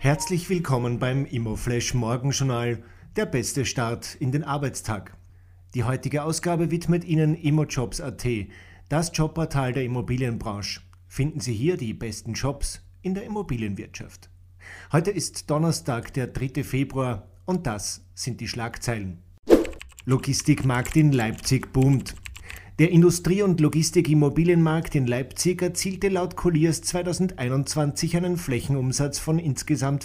Herzlich willkommen beim Immoflash Morgenjournal, der beste Start in den Arbeitstag. Die heutige Ausgabe widmet Ihnen Immojobs.at, das Jobportal der Immobilienbranche. Finden Sie hier die besten Jobs in der Immobilienwirtschaft. Heute ist Donnerstag, der 3. Februar und das sind die Schlagzeilen. Logistikmarkt in Leipzig boomt. Der Industrie- und Logistik-Immobilienmarkt in Leipzig erzielte laut Colliers 2021 einen Flächenumsatz von insgesamt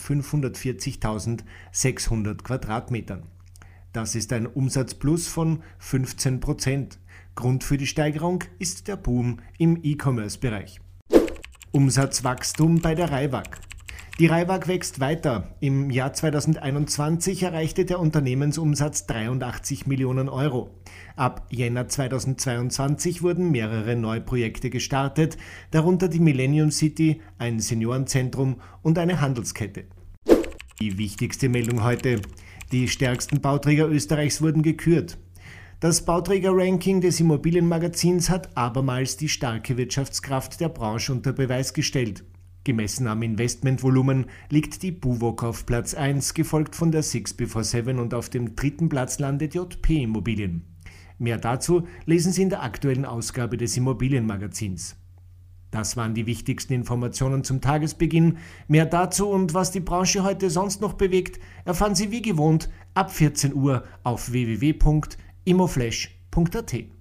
540.600 Quadratmetern. Das ist ein Umsatzplus von 15%. Grund für die Steigerung ist der Boom im E-Commerce-Bereich. Umsatzwachstum bei der Raiwag. Die Raiwag wächst weiter. Im Jahr 2021 erreichte der Unternehmensumsatz 83 Millionen Euro. Ab Jänner 2022 wurden mehrere Neuprojekte gestartet, darunter die Millennium City, ein Seniorenzentrum und eine Handelskette. Die wichtigste Meldung heute: Die stärksten Bauträger Österreichs wurden gekürt. Das Bauträger-Ranking des Immobilienmagazins hat abermals die starke Wirtschaftskraft der Branche unter Beweis gestellt. Gemessen am Investmentvolumen liegt die BUWOG auf Platz 1, gefolgt von der 6before7 und auf dem 3. Platz landet JP Immobilien. Mehr dazu lesen Sie in der aktuellen Ausgabe des Immobilienmagazins. Das waren die wichtigsten Informationen zum Tagesbeginn. Mehr dazu und was die Branche heute sonst noch bewegt, erfahren Sie wie gewohnt ab 14 Uhr auf www.immoflash.at.